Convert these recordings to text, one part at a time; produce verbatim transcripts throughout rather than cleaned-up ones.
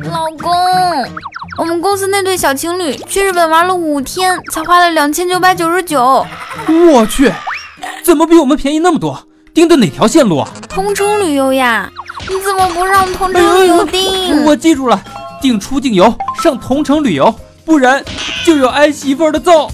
老公，我们公司那对小情侣去日本玩了五天，才花了两千九百九十九。 我去，怎么比我们便宜那么多？订的哪条线路啊？ 同程旅游呀，你怎么不让同程旅游订？ 哎、我记住了，订出境游上同程旅游，不然就有挨媳妇儿的揍。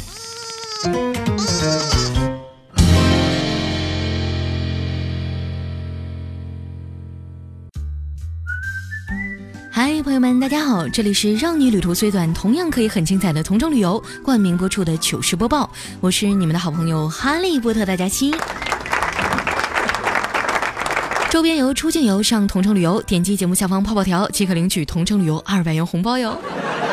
嗨，朋友们，大家好，这里是让你旅途虽短，同样可以很精彩的同程旅游冠名播出的糗事播报，我是你们的好朋友哈利波特大家期。周边游、出境游上同程旅游，点击节目下方泡泡条即可领取同程旅游二百元红包哟。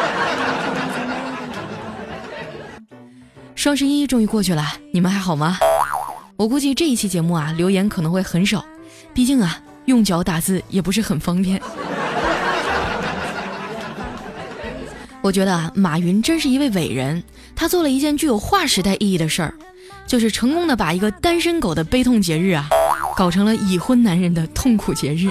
双十一终于过去了，你们还好吗？我估计这一期节目啊，留言可能会很少，毕竟啊，用脚打字也不是很方便。我觉得啊，马云真是一位伟人，他做了一件具有划时代意义的事儿，就是成功的把一个单身狗的悲痛节日啊，搞成了已婚男人的痛苦节日。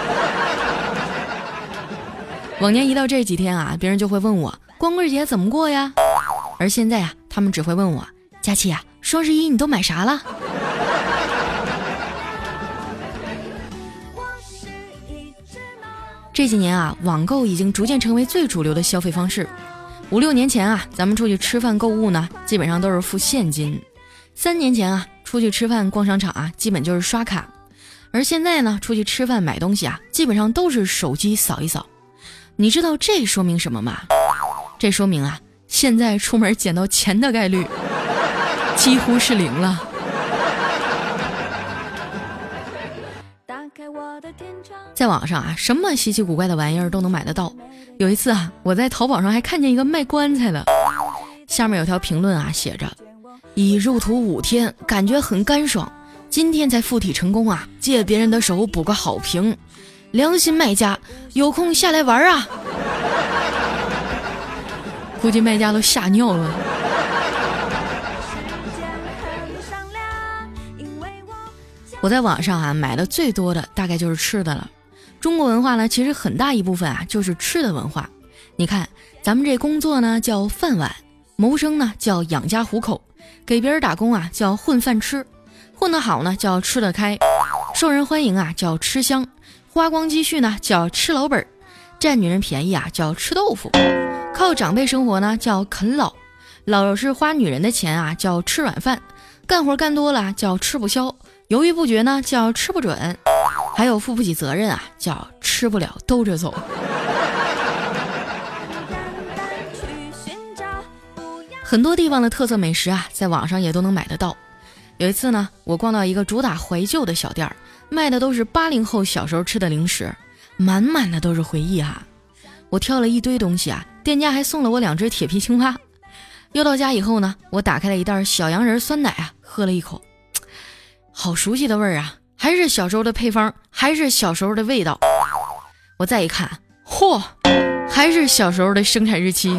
往年一到这几天啊，别人就会问我光棍节怎么过呀，而现在啊，他们只会问我佳琪啊，双十一你都买啥了？这几年啊，网购已经逐渐成为最主流的消费方式。五六年前啊，咱们出去吃饭购物呢，基本上都是付现金。三年前啊，出去吃饭逛商场啊，基本就是刷卡。而现在呢，出去吃饭买东西啊，基本上都是手机扫一扫。你知道这说明什么吗？这说明啊，现在出门捡到钱的概率几乎是零了。在网上啊，什么稀奇古怪的玩意儿都能买得到。有一次啊，我在淘宝上还看见一个卖棺材的，下面有条评论啊，写着已入土五天，感觉很干爽，今天才附体成功啊，借别人的手补个好评，良心卖家有空下来玩啊。估计卖家都吓尿了。我在网上啊买的最多的大概就是吃的了。中国文化呢，其实很大一部分啊就是吃的文化。你看，咱们这工作呢叫饭碗，谋生呢叫养家糊口，给别人打工啊叫混饭吃，混得好呢叫吃得开，受人欢迎啊叫吃香，花光积蓄呢叫吃老本，占女人便宜啊叫吃豆腐，靠长辈生活呢叫啃老，老是花女人的钱啊叫吃软饭，干活干多了叫吃不消，犹豫不决呢叫吃不准，还有负不起责任啊叫吃不了兜着走。很多地方的特色美食啊，在网上也都能买得到。有一次呢，我逛到一个主打怀旧的小店，卖的都是八零后小时候吃的零食，满满的都是回忆啊。我挑了一堆东西啊，店家还送了我两只铁皮青蛙。又到家以后呢，我打开了一袋小洋人酸奶啊，喝了一口，好熟悉的味儿啊，还是小时候的配方，还是小时候的味道。我再一看，嚯，还是小时候的生产日期。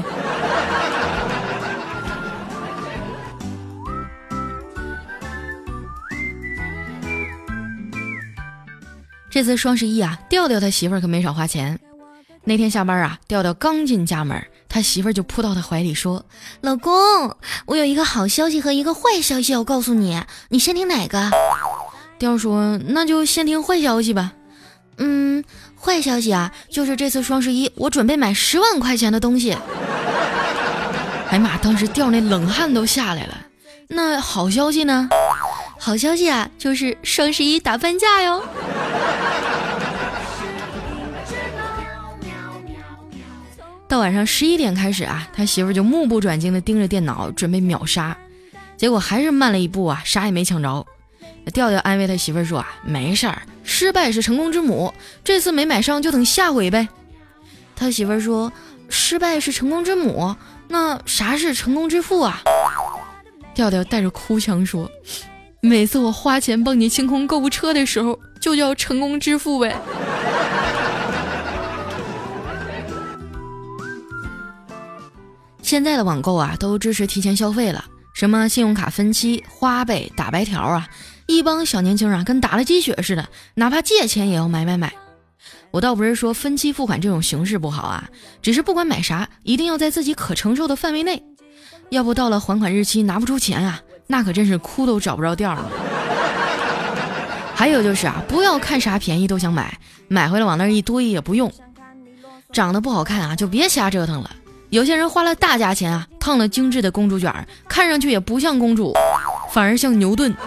这次双十一啊，调调他媳妇儿可没少花钱。那天下班啊，调调刚进家门，他媳妇儿就扑到他怀里说：老公，我有一个好消息和一个坏消息要告诉你，你先听哪个？调说：那就先听坏消息吧。嗯，坏消息啊，就是这次双十一我准备买十万块钱的东西。哎妈，当时调那冷汗都下来了。那好消息呢？好消息啊，就是双十一打半价哟。到晚上十一点开始啊，他媳妇就目不转睛地盯着电脑，准备秒杀，结果还是慢了一步啊，啥也没抢着。调调安慰他媳妇说啊，没事儿，失败是成功之母，这次没买上就等下回呗。他媳妇说，失败是成功之母，那啥是成功之父啊？调调带着哭腔说，每次我花钱帮你清空购物车的时候，就叫成功之父呗。现在的网购啊，都支持提前消费了，什么信用卡分期、花呗、打白条啊，一帮小年轻啊，跟打了鸡血似的，哪怕借钱也要买买买。 我倒不是说分期付款这种形式不好啊，只是不管买啥，一定要在自己可承受的范围内，要不到了还款日期拿不出钱啊，那可真是哭都找不着调了。还有就是啊，不要看啥便宜都想买，买回来往那一堆也不用。长得不好看啊，就别瞎折腾了。有些人花了大价钱啊，烫了精致的公主卷，看上去也不像公主，反而像牛顿。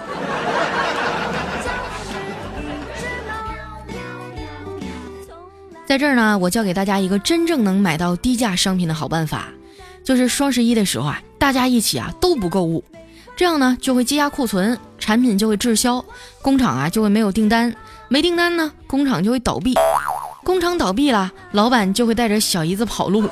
在这儿呢，我教给大家一个真正能买到低价商品的好办法，就是双十一的时候啊，大家一起啊都不购物，这样呢就会积压库存，产品就会滞销，工厂啊就会没有订单，没订单呢，工厂就会倒闭，工厂倒闭了，老板就会带着小姨子跑路，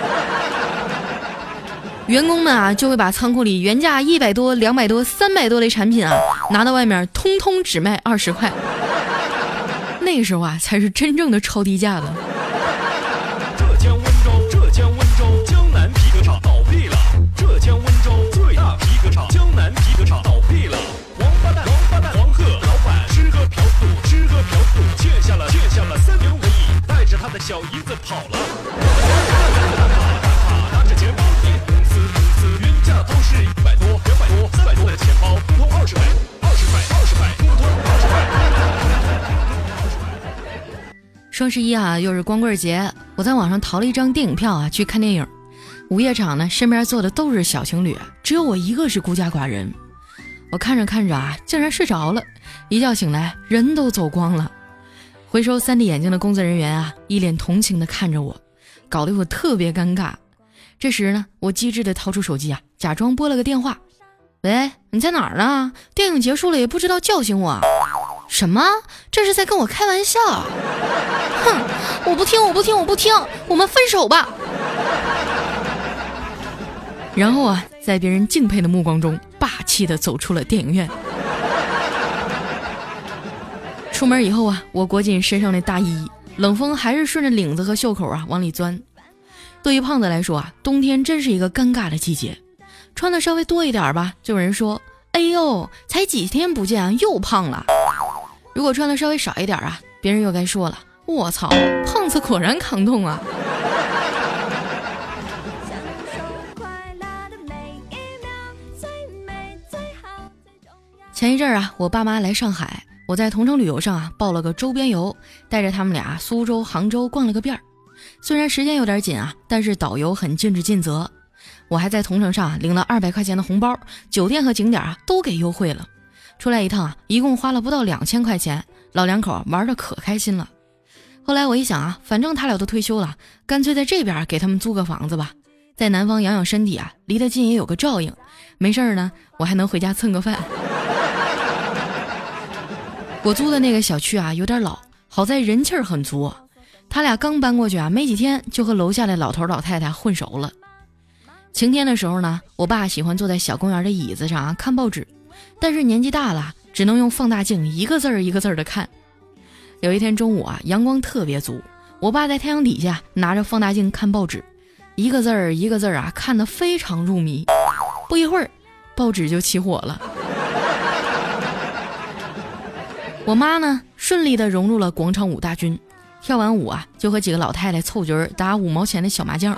员工们啊就会把仓库里原价一百多、两百多、三百多的产品啊拿到外面，通通只卖二十块。那个时候啊，才是真正的超低价的。 浙江温州，浙江温州江南皮革厂倒闭了。浙江温州最大皮革厂江南皮革厂倒闭了。王八蛋，王八蛋，黄鹤老板吃喝嫖赌，吃喝嫖赌，欠下了欠下了三点五亿，带着他的小姨子跑了。拿着钱包点公司，公司原价都是一百多、两百多、三百多的钱包，通通二十块，二十块，二十块，通通二十块。 双十一啊，又是光棍节，我在网上淘了一张电影票啊，去看电影。午夜场呢，身边坐的都是小情侣，只有我一个是孤家寡人。我看着看着啊，竟然睡着了，一觉醒来，人都走光了。回收 三 D 眼镜的工作人员啊，一脸同情地看着我，搞得我特别尴尬。这时呢，我机智地掏出手机啊，假装拨了个电话。喂，你在哪儿呢？电影结束了也不知道叫醒我。什么？这是在跟我开玩笑？哼，我不听，我不听，我不听，我们分手吧。然后啊，在别人敬佩的目光中，霸气地走出了电影院。出门以后啊，我裹紧身上的大衣，冷风还是顺着领子和袖口啊往里钻。对于胖子来说啊，冬天真是一个尴尬的季节，穿的稍微多一点吧，就有人说，哎呦，才几天不见啊，又胖了。如果穿的稍微少一点啊，别人又该说了，我操，胖子果然抗冻啊。前一阵啊，我爸妈来上海，我在同城旅游上啊报了个周边游，带着他们俩苏州、杭州逛了个遍儿。虽然时间有点紧啊，但是导游很尽职尽责。我还在同城上领了二百块钱的红包，酒店和景点啊都给优惠了。出来一趟啊，一共花了不到两千块钱，老两口玩得可开心了。后来我一想啊，反正他俩都退休了，干脆在这边给他们租个房子吧，在南方养养身体啊，离得近也有个照应。没事呢，我还能回家蹭个饭。我租的那个小区啊有点老，好在人气儿很足。他俩刚搬过去啊，没几天就和楼下的老头老太太混熟了。晴天的时候呢，我爸喜欢坐在小公园的椅子上啊看报纸，但是年纪大了，只能用放大镜一个字儿一个字儿的看。有一天中午啊，阳光特别足，我爸在太阳底下拿着放大镜看报纸，一个字儿一个字儿啊看得非常入迷。不一会儿，报纸就起火了。我妈呢，顺利地融入了广场舞大军，跳完舞啊，就和几个老太太凑局儿打五毛钱的小麻将。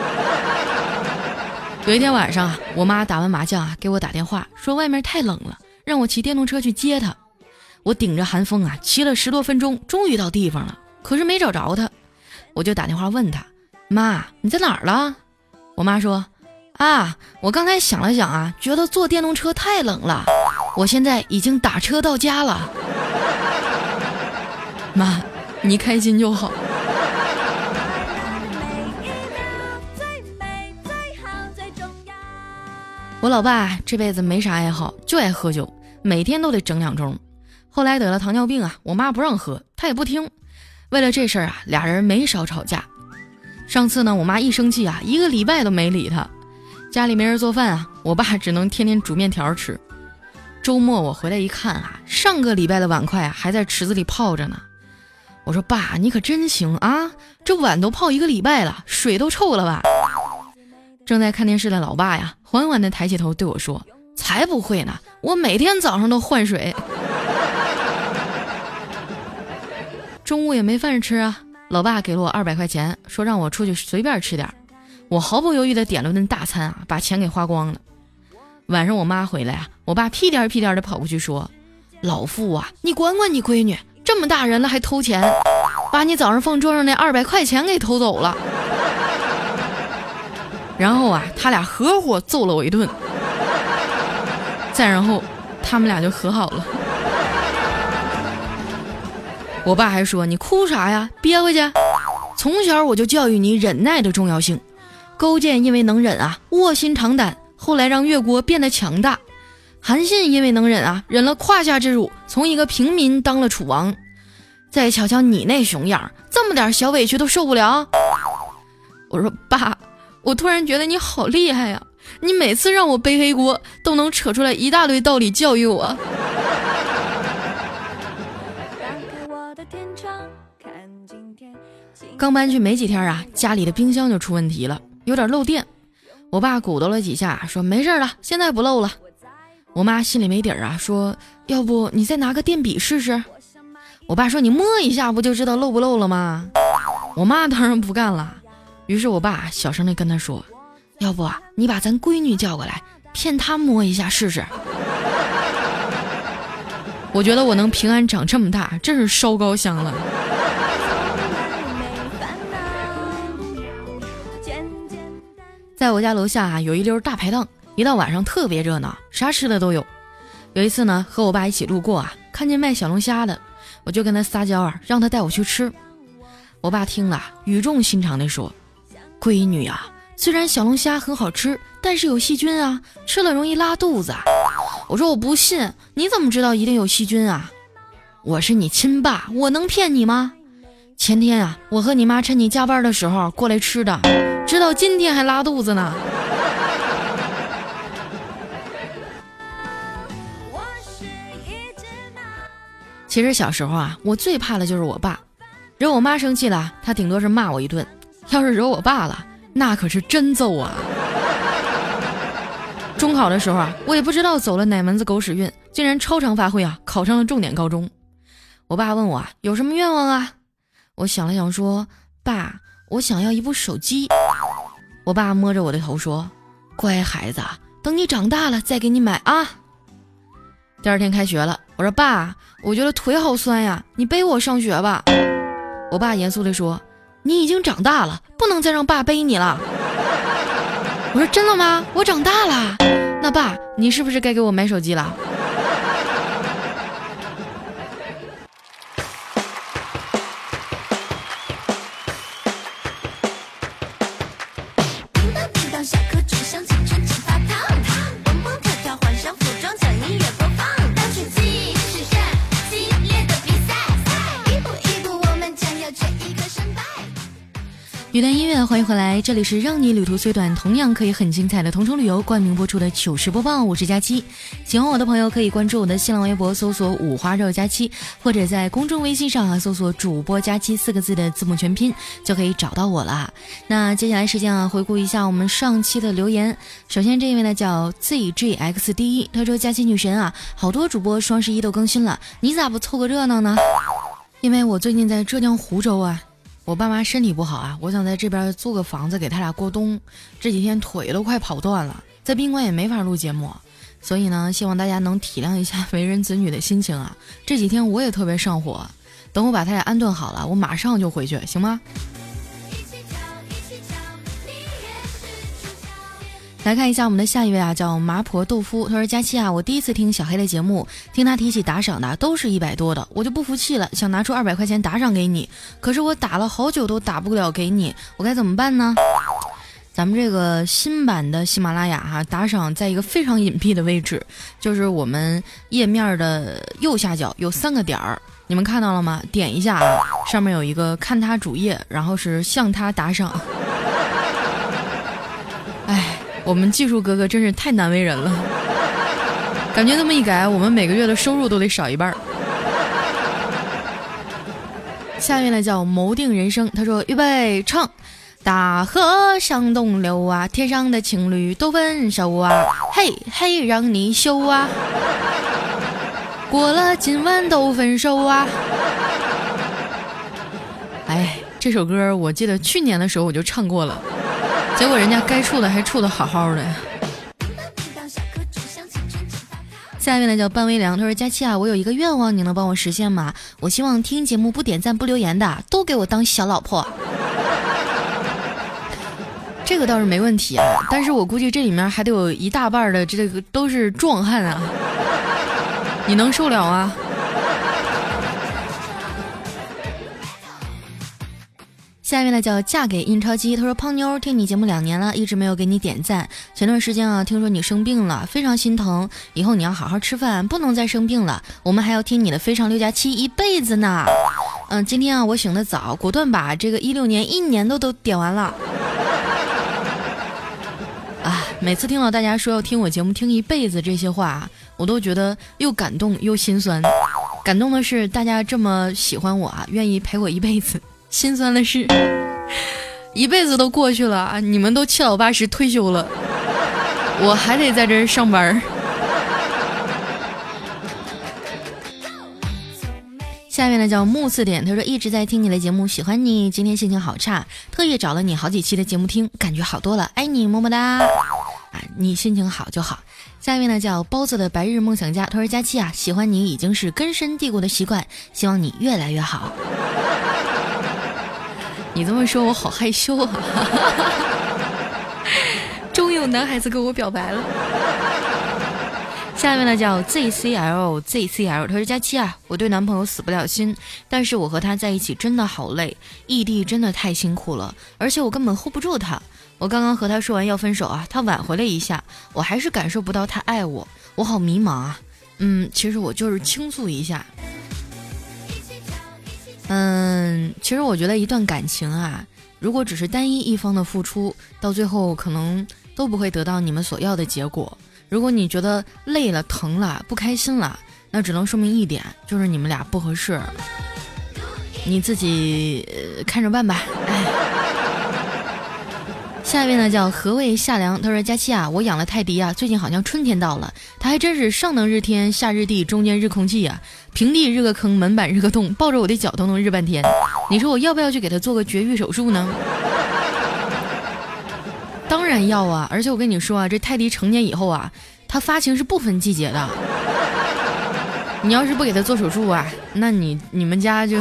有一天晚上啊，我妈打完麻将啊，给我打电话说外面太冷了，让我骑电动车去接她。我顶着寒风啊，骑了十多分钟，终于到地方了，可是没找着她。我就打电话问她，妈，你在哪儿了？我妈说，啊，我刚才想了想啊，觉得坐电动车太冷了，我现在已经打车到家了。妈，你开心就好。我老爸这辈子没啥爱好，就爱喝酒，每天都得整两盅。后来得了糖尿病啊，我妈不让喝，他也不听。为了这事儿啊，俩人没少吵架。上次呢，我妈一生气啊，一个礼拜都没理他。家里没人做饭啊，我爸只能天天煮面条吃。周末我回来一看啊，上个礼拜的碗筷啊还在池子里泡着呢。我说爸，你可真行啊，这碗都泡一个礼拜了，水都臭了吧？正在看电视的老爸呀，缓缓地抬起头对我说，才不会呢，我每天早上都换水。中午也没饭吃啊， 老爸给了我二百块钱，说让我出去随便吃点。我毫不犹豫地点了顿大餐啊，把钱给花光了。晚上我妈回来啊，我爸屁颠屁颠地跑过去说：老傅啊，你管管你闺女，这么大人了还偷钱，把你早上放桌上那二百块钱给偷走了。然后啊，他俩合伙揍了我一顿。再然后他们俩就和好了。我爸还说：你哭啥呀，憋回去。从小我就教育你忍耐的重要性。勾践因为能忍啊，卧薪尝胆，后来让越国变得强大。韩信因为能忍啊，忍了胯下之辱，从一个平民当了楚王。再瞧瞧你那熊样，这么点小委屈都受不了。我说爸，我突然觉得你好厉害呀，你每次让我背黑锅都能扯出来一大堆道理教育我。刚搬去没几天啊，家里的冰箱就出问题了，有点漏电。我爸鼓捣了几下，说没事了，现在不漏了。我妈心里没底儿啊，说要不你再拿个电笔试试。我爸说你摸一下不就知道漏不漏了吗？我妈当然不干了。于是我爸小声地跟她说，要不啊，你把咱闺女叫过来，骗她摸一下试试。我觉得我能平安长这么大，真是烧高香了。在我家楼下啊，有一溜大排档，一到晚上特别热闹，啥吃的都有。有一次呢，和我爸一起路过啊，看见卖小龙虾的，我就跟他撒娇啊，让他带我去吃。我爸听了，语重心长地说：闺女啊，虽然小龙虾很好吃，但是有细菌啊，吃了容易拉肚子。我说我不信，你怎么知道一定有细菌啊？我是你亲爸，我能骗你吗？前天啊，我和你妈趁你加班的时候过来吃的，直到今天还拉肚子呢。其实小时候啊，我最怕的就是我爸，惹我妈生气了，他顶多是骂我一顿；要是惹我爸了，那可是真揍啊！中考的时候啊，我也不知道走了哪门子狗屎运，竟然超常发挥啊，考上了重点高中。我爸问我啊，有什么愿望啊？我想了想说，爸，我想要一部手机。我爸摸着我的头说，乖孩子，等你长大了再给你买啊。第二天开学了，我说爸，我觉得腿好酸呀，你背我上学吧。我爸严肃地说，你已经长大了，不能再让爸背你了。我说真的吗？我长大了。那爸，你是不是该给我买手机了？一段音乐，欢迎回来，这里是让你旅途虽短同样可以很精彩的同城旅游冠名播出的糗事播报，我是佳期。喜欢我的朋友可以关注我的新浪微博，搜索五花肉佳期，或者在公众微信上啊搜索主播佳期四个字的字母全拼，就可以找到我了。那接下来时间啊，回顾一下我们上期的留言。首先这一位呢叫 Z G X D 一，他说佳期女神啊，好多主播双十一都更新了，你咋不凑个热闹呢？因为我最近在浙江湖州啊，我爸妈身体不好啊，我想在这边租个房子给他俩过冬，这几天腿都快跑断了，在宾馆也没法录节目，所以呢，希望大家能体谅一下为人子女的心情啊。这几天我也特别上火，等我把他俩安顿好了，我马上就回去，行吗？来看一下我们的下一位啊，叫麻婆豆腐。他说佳期啊，我第一次听小黑的节目，听他提起打赏的都是一百多的，我就不服气了，想拿出二百块钱打赏给你，可是我打了好久都打不了给你，我该怎么办呢？咱们这个新版的喜马拉雅哈、啊，打赏在一个非常隐蔽的位置，就是我们页面的右下角有三个点儿，你们看到了吗？点一下啊，上面有一个看他主页，然后是向他打赏。哎，我们技术哥哥真是太难为人了，感觉这么一改，我们每个月的收入都得少一半。下面呢叫谋定人生，他说预备唱。大河向东流啊，天上的情侣都分手啊，嘿嘿让你羞啊，过了今晚都分手啊。哎， 这首歌我记得去年的时候我就唱过了，结果人家该处的还处的好好的。下面呢叫半微凉，他说佳期啊，我有一个愿望，你能帮我实现吗？我希望听节目不点赞不留言的都给我当小老婆。这个倒是没问题啊，但是我估计这里面还得有一大半的这个都是壮汉啊，你能受了啊？下面呢叫嫁给印钞机，他说胖妞听你节目两年了，一直没有给你点赞。前段时间啊，听说你生病了，非常心疼，以后你要好好吃饭，不能再生病了。我们还要听你的非常六加七一辈子呢。嗯，今天啊我醒得早，果断把这个一六年一年都都点完了。啊，每次听到大家说要听我节目听一辈子这些话啊，我都觉得又感动又心酸。感动的是大家这么喜欢我啊，愿意陪我一辈子。心酸的是一辈子都过去了啊，你们都七老八十退休了，我还得在这儿上班。下面呢叫木四点，他说一直在听你的节目，喜欢你，今天心情好差，特意找了你好几期的节目听，感觉好多了，爱你么么哒啊，你心情好就好。下面呢叫包子的白日梦想家，他说佳期啊，喜欢你已经是根深蒂固的习惯，希望你越来越好。你这么说我好害羞啊。终于有男孩子跟我表白了。下面呢叫 Z C L Z C L， 他说佳期啊，我对男朋友死不了心，但是我和他在一起真的好累，异地真的太辛苦了，而且我根本 hold 不住他。我刚刚和他说完要分手啊，他挽回了一下，我还是感受不到他爱我，我好迷茫啊。嗯，其实我就是倾诉一下。嗯，其实我觉得一段感情啊，如果只是单一一方的付出，到最后可能都不会得到你们所要的结果。如果你觉得累了、疼了、不开心了，那只能说明一点，就是你们俩不合适。你自己、呃、看着办吧。哎。下面呢叫何谓夏凉，他说佳期啊，我养了泰迪啊，最近好像春天到了，他还真是上能日天，下日地，中间日空气啊，平地日个坑，门板日个洞，抱着我的脚都能日半天。你说我要不要去给他做个绝育手术呢？当然要啊，而且我跟你说啊，这泰迪成年以后啊，他发情是不分季节的。你要是不给他做手术啊，那你你们家就。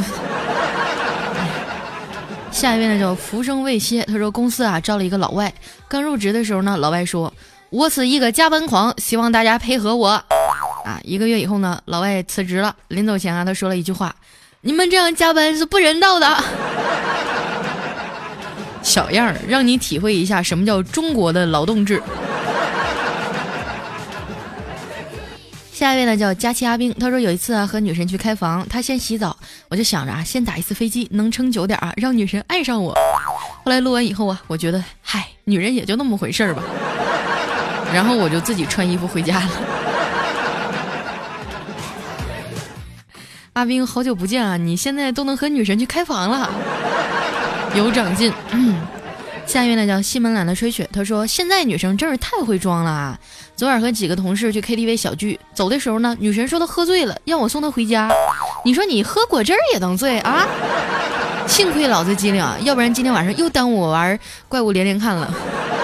下一位呢叫浮生未歇，他说公司啊招了一个老外，刚入职的时候呢，老外说我是一个加班狂，希望大家配合我啊。一个月以后呢，老外辞职了，临走前啊他说了一句话，你们这样加班是不人道的。小样儿，让你体会一下什么叫中国的劳动制。下一位呢叫佳期阿兵，他说有一次啊和女神去开房，他先洗澡，我就想着啊先打一次飞机能撑久点啊，让女神爱上我。后来录完以后啊，我觉得嗨，女人也就那么回事儿吧，然后我就自己穿衣服回家了。阿兵好久不见啊，你现在都能和女神去开房了，有长进。嗯，下一位呢叫西门懒得吹雪，他说现在女生真是太会装了啊。昨晚和几个同事去 K T V 小聚，走的时候呢，女神说她喝醉了，让我送她回家。你说你喝果汁儿也能醉啊？幸亏老子机灵，要不然今天晚上又耽误我玩怪物连连看了。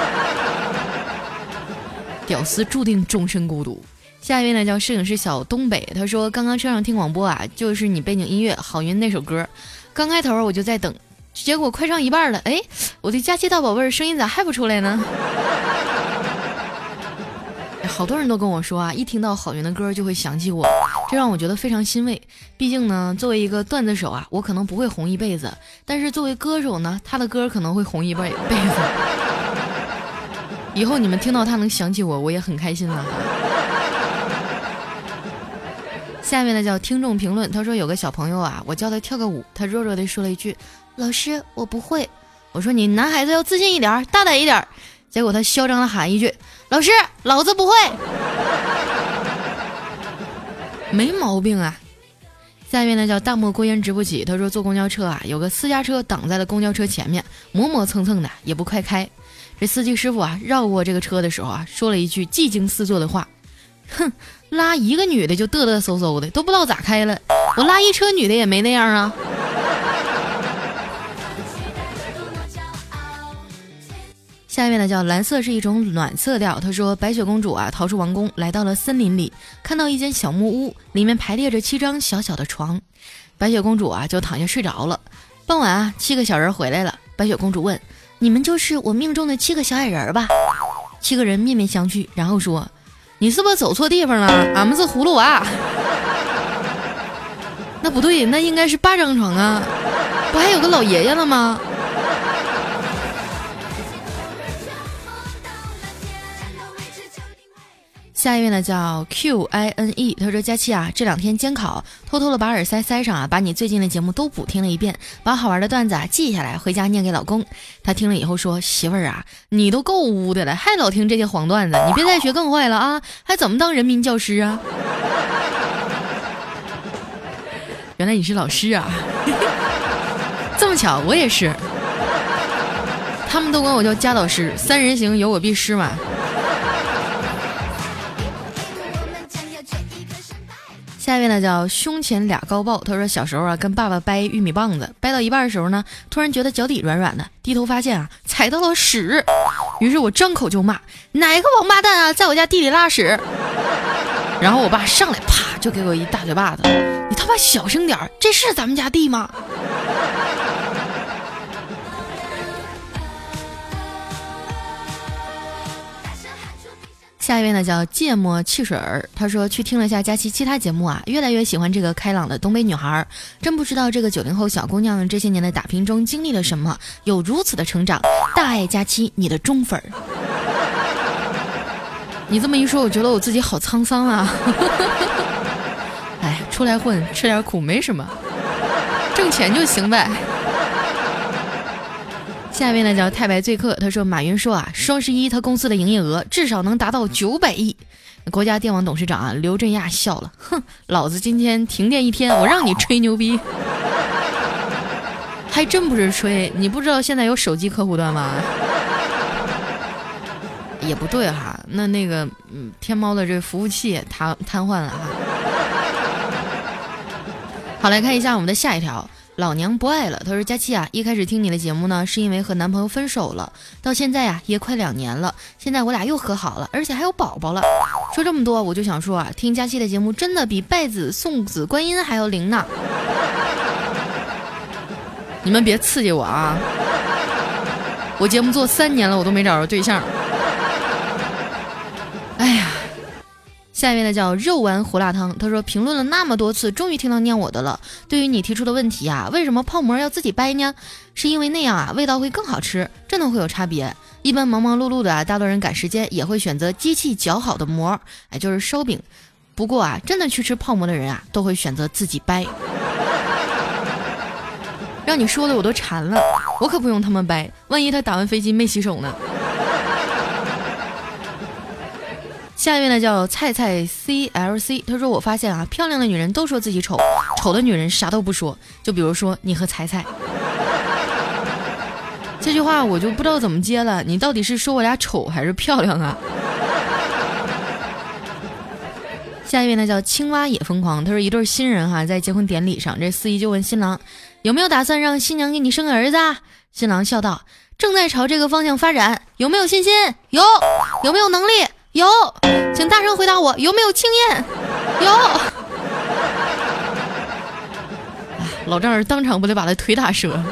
屌丝注定终身孤独。下一位呢叫摄影师小东北，他说刚刚车上听广播啊，就是你背景音乐好运那首歌，刚开头我就在等，结果快上一半了，哎，我的佳期大宝贝儿声音咋还不出来呢？好多人都跟我说啊，一听到郝云的歌就会想起我，这让我觉得非常欣慰。毕竟呢，作为一个段子手啊，我可能不会红一辈子，但是作为歌手呢，他的歌可能会红一辈辈子。以后你们听到他能想起我，我也很开心了。下面呢叫听众评论，他说有个小朋友啊，我教他跳个舞，他弱弱的说了一句：“老师，我不会。”我说你男孩子要自信一点，大胆一点。结果他嚣张的喊一句：“老师，老子不会。”没毛病啊。下面呢叫大漠孤烟直不起，他说坐公交车啊，有个私家车挡在了公交车前面，磨磨蹭蹭的也不快开。这司机师傅啊绕过这个车的时候啊，说了一句技惊四座的话：“哼，拉一个女的就嘚嘚嗖嗖的，都不知道咋开了，我拉一车女的也没那样啊。” 下面呢叫蓝色是一种暖色调，他说白雪公主啊逃出王宫，来到了森林里，看到一间小木屋，里面排列着七张小小的床，白雪公主啊就躺下睡着了。傍晚啊七个小人回来了，白雪公主问，你们就是我命中的七个小矮人吧？七个人面面相觑，然后说，你是不是走错地方了？俺们是葫芦娃。那不对，那应该是八张床啊，不还有个老爷爷了吗？下一位呢叫 Q I N E， 他说佳期啊，这两天监考，偷偷的把耳塞塞上啊，把你最近的节目都补听了一遍，把好玩的段子啊记下来，回家念给老公。他听了以后说，媳妇儿啊，你都够污的了，还老听这些黄段子，你别再学更坏了啊，还怎么当人民教师啊？原来你是老师啊，这么巧，我也是。他们都管我叫佳导师，三人行有我必师嘛。下一位呢叫胸前俩高爆，他说小时候啊跟爸爸掰玉米棒子，掰到一半的时候呢，突然觉得脚底软软的，低头发现啊踩到了屎，于是我张口就骂，哪个王八蛋啊在我家地里拉屎。然后我爸上来啪就给我一大嘴巴子，你他妈小声点，这是咱们家地吗？下一位呢叫芥末汽水儿，他说去听了下佳期其他节目啊，越来越喜欢这个开朗的东北女孩，真不知道这个九零后小姑娘这些年的打拼中经历了什么，有如此的成长，大爱佳期，你的忠粉儿。你这么一说，我觉得我自己好沧桑啊。哎，出来混吃点苦没什么，挣钱就行呗。下一位呢叫太白醉客，他说马云说啊，双十一他公司的营业额至少能达到九百亿。国家电网董事长啊刘振亚笑了，哼，老子今天停电一天，我让你吹牛逼。还真不是吹，你不知道现在有手机客户端吗？也不对哈，那那个嗯，天猫的这服务器瘫瘫痪了哈。好，来看一下我们的下一条。老娘不爱了，他说佳期啊，一开始听你的节目呢是因为和男朋友分手了，到现在啊也快两年了，现在我俩又和好了，而且还有宝宝了。说这么多我就想说啊，听佳期的节目真的比拜子送子观音还要灵呢。你们别刺激我啊，我节目做三年了，我都没找着对象。哎呀，下一位呢叫肉丸胡辣汤，他说评论了那么多次，终于听到念我的了。对于你提出的问题啊，为什么泡馍要自己掰呢？是因为那样啊味道会更好吃，真的会有差别。一般忙忙碌碌的啊，大多人赶时间也会选择机器搅好的馍，哎，就是烧饼。不过啊，真的去吃泡馍的人啊，都会选择自己掰。让你说的我都馋了，我可不用他们掰，万一他打完飞机没洗手呢。下一位呢叫菜菜 C L C， 他说我发现啊，漂亮的女人都说自己丑，丑的女人啥都不说，就比如说你和彩彩。这句话我就不知道怎么接了，你到底是说我俩丑还是漂亮啊？下一位呢叫青蛙也疯狂，他说一对新人哈、啊、在结婚典礼上，这司仪就问新郎有没有打算让新娘给你生个儿子啊？新郎笑道正在朝这个方向发展，有没有信心？有。有没有能力？有。请大声回答我，有没有经验？有。老丈人当场不得把他腿打折。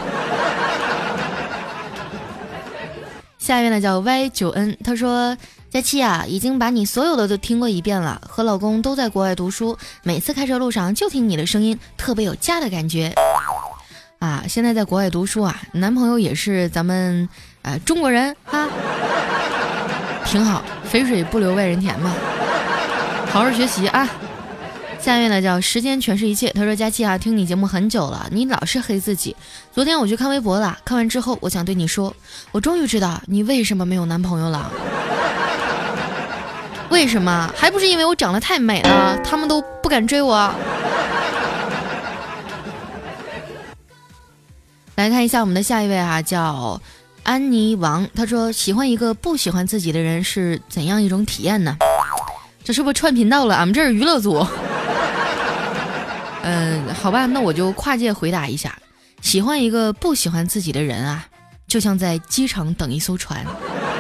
下一位呢叫 Y 九 N， 他说佳期啊，已经把你所有的都听过一遍了，和老公都在国外读书，每次开车路上就听你的声音，特别有家的感觉啊。现在在国外读书啊，男朋友也是咱们呃中国人啊，挺好，肥水不流外人田嘛，好好学习啊。下一位呢叫时间全是一切，他说佳期啊，听你节目很久了，你老是黑自己。昨天我去看微博了，看完之后我想对你说，我终于知道你为什么没有男朋友了。为什么？还不是因为我长得太美了，他们都不敢追我。来看一下我们的下一位啊，叫安妮王，他说喜欢一个不喜欢自己的人是怎样一种体验呢？这是不是串频道了？俺们这是娱乐组。嗯、呃，好吧，那我就跨界回答一下，喜欢一个不喜欢自己的人啊，就像在机场等一艘船。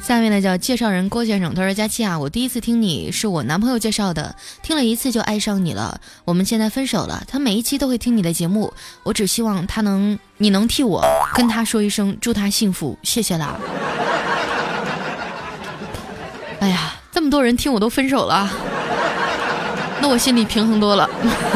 下面呢叫介绍人郭先生，他说佳期啊，我第一次听你是我男朋友介绍的，听了一次就爱上你了，我们现在分手了，他每一期都会听你的节目，我只希望他能你能替我跟他说一声祝他幸福，谢谢啦。哎呀，这么多人听我都分手了，那我心里平衡多了。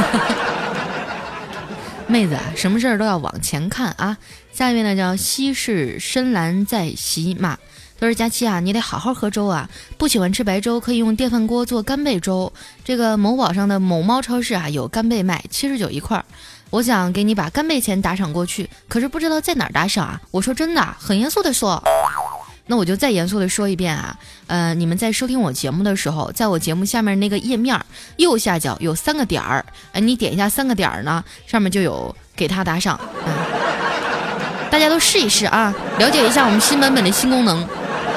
妹子啊，什么事儿都要往前看啊。下面呢叫西式深蓝在洗马，都是佳期啊，你得好好喝粥啊，不喜欢吃白粥可以用电饭锅做干贝粥，这个某宝上的某猫超市啊有干贝卖，七十九一块，我想给你把干贝钱打赏过去，可是不知道在哪儿打赏啊，我说真的，很严肃的说。那我就再严肃的说一遍啊，呃，你们在收听我节目的时候，在我节目下面那个页面右下角有三个点儿，哎，你点一下三个点儿呢，上面就有给他打赏，嗯，大家都试一试啊，了解一下我们新版本的新功能。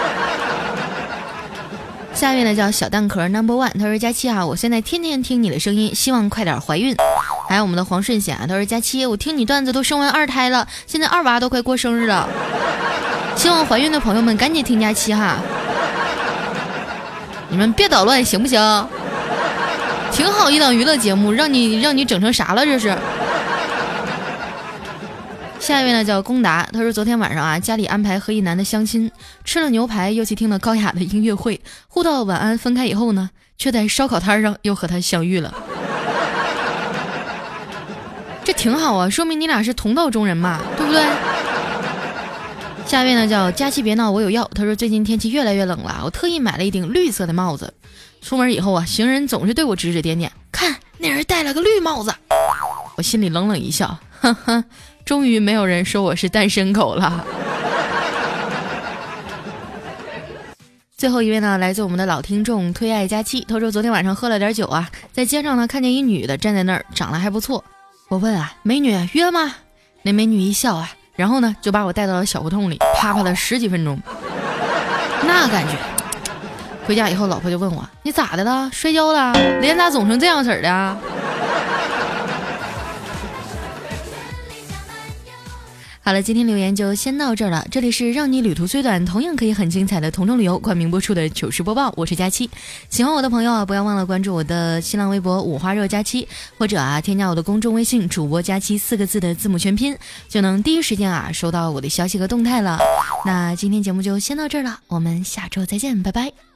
下面呢叫小蛋壳 number one， 他说佳期啊，我现在天天听你的声音，希望快点怀孕。还有我们的黄顺显啊，他说佳期，我听你段子都生完二胎了，现在二娃都快过生日了。希望怀孕的朋友们赶紧听佳期哈，你们别捣乱行不行？挺好一档娱乐节目，让你让你整成啥了这是？下一位呢叫龚达，他说昨天晚上啊，家里安排和一男的相亲，吃了牛排又去听了高雅的音乐会，互道晚安，分开以后呢，却在烧烤摊上又和他相遇了。这挺好啊，说明你俩是同道中人嘛，对不对？下面呢叫佳期别闹我有药，他说最近天气越来越冷了，我特意买了一顶绿色的帽子，出门以后啊，行人总是对我指指点点，看那人戴了个绿帽子，我心里冷冷一笑，呵呵，终于没有人说我是单身狗了。最后一位呢，来自我们的老听众推爱佳期，他说昨天晚上喝了点酒啊，在街上呢看见一女的站在那儿，长得还不错，我问啊，美女约吗？那美女一笑啊，然后呢就把我带到了小胡同里，啪啪了十几分钟，那感觉。回家以后老婆就问我，你咋的了？摔跤了？脸咋肿成这样式儿的啊？好了，今天留言就先到这儿了。这里是让你旅途虽短，同样可以很精彩的同城旅游冠名播出的糗事播报，我是佳期。喜欢我的朋友啊，不要忘了关注我的新浪微博五花肉佳期，或者啊添加我的公众微信主播佳期四个字的字母全拼，就能第一时间啊收到我的消息和动态了。那今天节目就先到这儿了，我们下周再见，拜拜。